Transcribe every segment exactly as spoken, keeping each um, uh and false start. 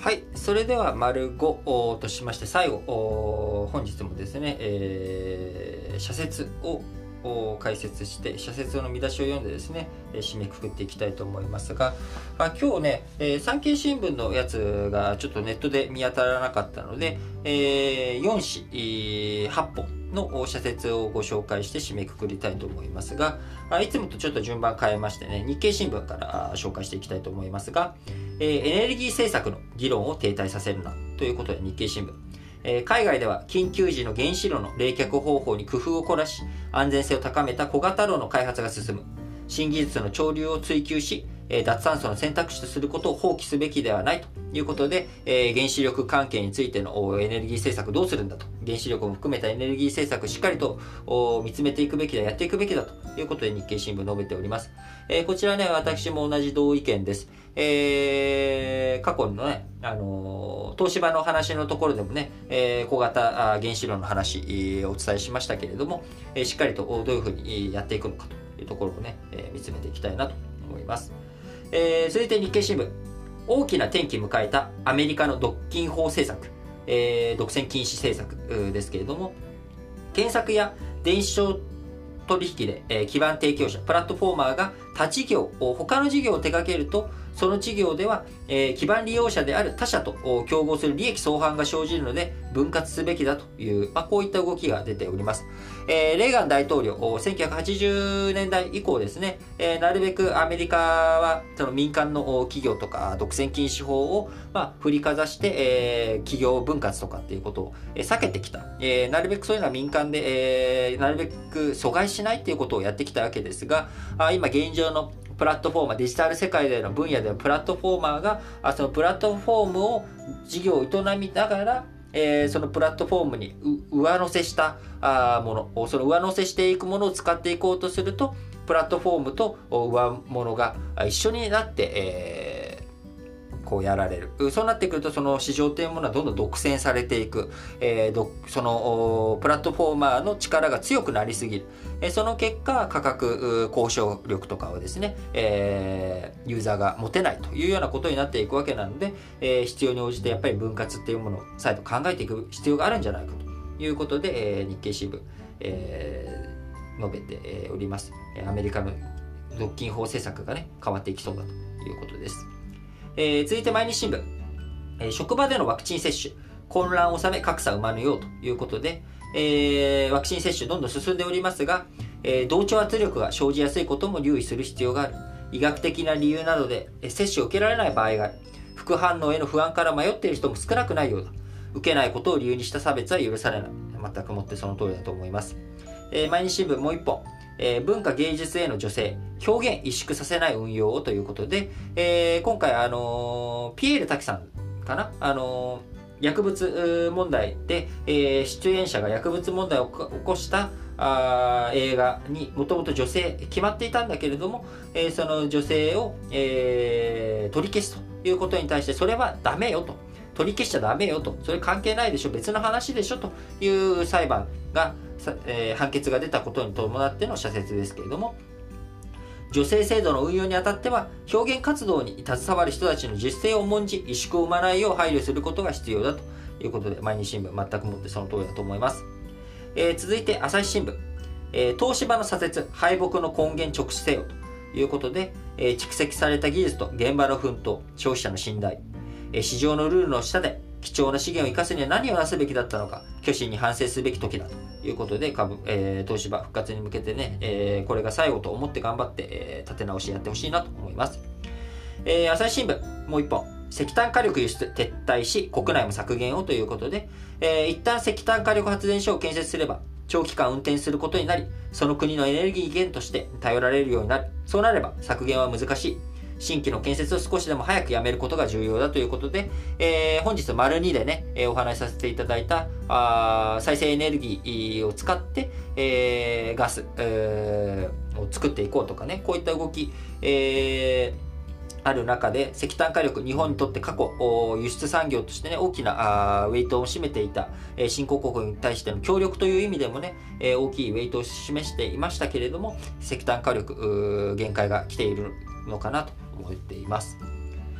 はい、それでは丸ごとしまして最後、本日もですね、えー、社説を解説して社説の見出しを読んでですね、締めくくっていきたいと思いますが、あ今日ね、えー、産経新聞のやつがちょっとネットで見当たらなかったので、えー、よん紙はっぽんの社説をご紹介して締めくくりたいと思いますが、いつもとちょっと順番変えましてね、日経新聞から紹介していきたいと思いますが、えー、エネルギー政策の議論を停滞させるなということで日経新聞、えー、海外では緊急時の原子炉の冷却方法に工夫を凝らし安全性を高めた小型炉の開発が進む。新技術の潮流を追求し、えー、脱炭素の選択肢とすることを放棄すべきではないということで、えー、原子力関係についてのエネルギー政策どうするんだと、原子力も含めたエネルギー政策をしっかりと見つめていくべきだ、やっていくべきだということで日経新聞述べております。えー、こちらね、私も同じ同意見です。えー、過去のね、あのー、東芝の話のところでもね、えー、小型原子炉の話、えー、お伝えしましたけれども、えー、しっかりとどういうふうにやっていくのかというところをね、えー、見つめていきたいなと思います。えー、続いて日経新聞、大きな転機迎えたアメリカの独禁法政策、えー、独占禁止政策ですけれども、検索や電子商取引で、えー、基盤提供者、プラットフォーマーが他事業、他の事業を手掛けると、その事業では、えー、基盤利用者である他社と競合する利益相反が生じるので分割すべきだという、まあ、こういった動きが出ております。えー、レーガン大統領、せんきゅうひゃくはちじゅうねんだい以降ですね、えー、なるべくアメリカはその民間の企業とか独占禁止法を、まあ、振りかざして、えー、企業分割とかっていうことを避けてきた。えー、なるべくそういうのは民間で、えー、なるべく阻害しないっていうことをやってきたわけですが、あ今現状のプラットフォーマー、デジタル世界での分野でのプラットフォーマーが、あそのプラットフォームを事業を営みながら、えー、そのプラットフォームに上乗せしたあもの、その上乗せしていくものを使っていこうとすると、プラットフォームと上物が一緒になって、えーこうやられる。そうなってくると、その市場というものはどんどん独占されていく。えー、そのプラットフォーマーの力が強くなりすぎる。えー、その結果、価格交渉力とかをですね、えー、ユーザーが持てないというようなことになっていくわけなので、えー、必要に応じてやっぱり分割っていうものを再度考えていく必要があるんじゃないかということで、えー、日経新聞、えー、述べております。アメリカの独禁法政策がね、変わっていきそうだということです。えー、続いて毎日新聞、えー、職場でのワクチン接種混乱を収め格差生まぬようということで、えー、ワクチン接種どんどん進んでおりますが、えー、同調圧力が生じやすいことも留意する必要がある。医学的な理由などで接種を受けられない場合がある。副反応への不安から迷っている人も少なくないようだ。受けないことを理由にした差別は許されない。全くもってその通りだと思います。えー、毎日新聞もう一本、えー、文化芸術への助成、表現萎縮させない運用をということで、えー、今回、あのー、ピエール滝さんかな、あのー、薬物問題で、えー、出演者が薬物問題を起こしたあ映画にもともと助成決まっていたんだけれども、えー、その助成を、えー、取り消すということに対して、それはダメよと。取り消しちゃダメよと。それ関係ないでしょ。別の話でしょという裁判が、えー、判決が出たことに伴っての社説ですけれども、助成制度の運用にあたっては表現活動に携わる人たちの自主性を重んじ萎縮を生まないよう配慮することが必要だということで、毎日新聞全くもってその通りだと思います。えー、続いて朝日新聞、えー、東芝の左折敗北の根源直視せよということで、えー、蓄積された技術と現場の奮闘、消費者の信頼、えー、市場のルールの下で貴重な資源を生かすには何をなすべきだったのか、虚心に反省すべき時だということで、株、えー、東芝復活に向けてね、えー、これが最後と思って頑張って、えー、立て直しやってほしいなと思います。えー、朝日新聞もう一本、石炭火力輸出撤退し国内も削減をということで、えー、一旦石炭火力発電所を建設すれば長期間運転することになり、その国のエネルギー源として頼られるようになる。そうなれば削減は難しい。新規の建設を少しでも早くやめることが重要だということで、えー、本日丸にでね、えー、お話しさせていただいたあ再生エネルギーを使って、えー、ガス、えー、を作っていこうとかね、こういった動き、えーある中で石炭火力、日本にとって過去輸出産業としてね、大きなウェイトを占めていた新興国に対しての協力という意味でもね、大きいウェイトを示していましたけれども、石炭火力限界が来ているのかなと思っています。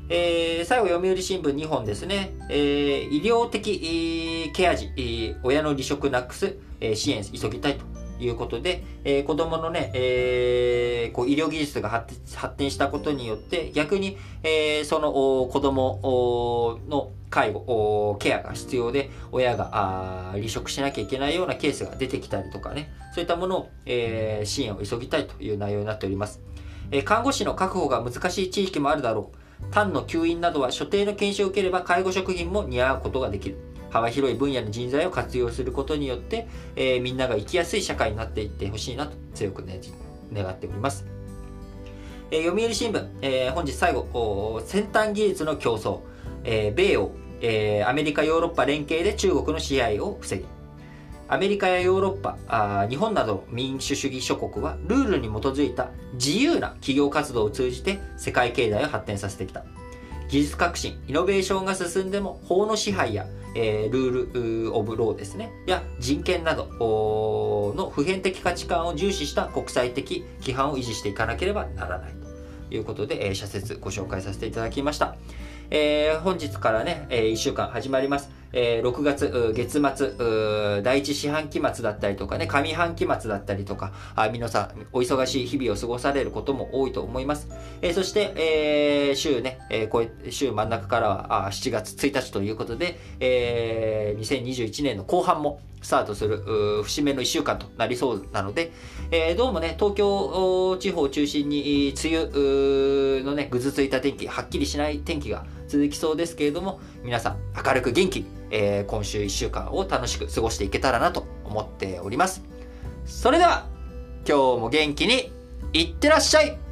えー、最後、読売新聞にほんですね。えー、医療的ケア児、親の離職なくす支援急ぎたいということで、えー、子供のね、えー、こう医療技術が発展したことによって、逆に、えー、その子供の介護、ケアが必要で、親が離職しなきゃいけないようなケースが出てきたりとかね、そういったものを、えー、支援を急ぎたいという内容になっております。えー、看護師の確保が難しい地域もあるだろう。単の吸引などは所定の研修を受ければ介護職員も担うことができる。幅広い分野の人材を活用することによって、えー、みんなが生きやすい社会になっていってほしいなと強く、ね、願っております。えー、読売新聞、えー、本日最後、先端技術の競争、えー、米欧、えー、アメリカ、ヨーロッパ連携で中国の支配を防ぎ。アメリカやヨーロッパ、あ日本など民主主義諸国はルールに基づいた自由な企業活動を通じて世界経済を発展させてきた。技術革新、イノベーションが進んでも法の支配や、えー、ルールオブローですね、や人権などの普遍的価値観を重視した国際的規範を維持していかなければならないということで、えー、社説ご紹介させていただきました。えー、本日からね、えー、いっしゅうかん始まります。えー、ろくがつ月末、第一四半期末だったりとかね、上半期末だったりとか、あ皆さんお忙しい日々を過ごされることも多いと思います。えー、そして、えー、週ね、えー、こう週真ん中からはあしちがつついたちということで、えー、にせんにじゅういちねんの後半もスタートする節目のいっしゅうかんとなりそうなので、えー、どうもね、東京地方を中心に梅雨のね、ぐずついた天気、はっきりしない天気が続きそうですけれども、皆さん明るく元気に、えー、今週いっしゅうかんを楽しく過ごしていけたらなと思っております。それでは今日も元気にいってらっしゃい。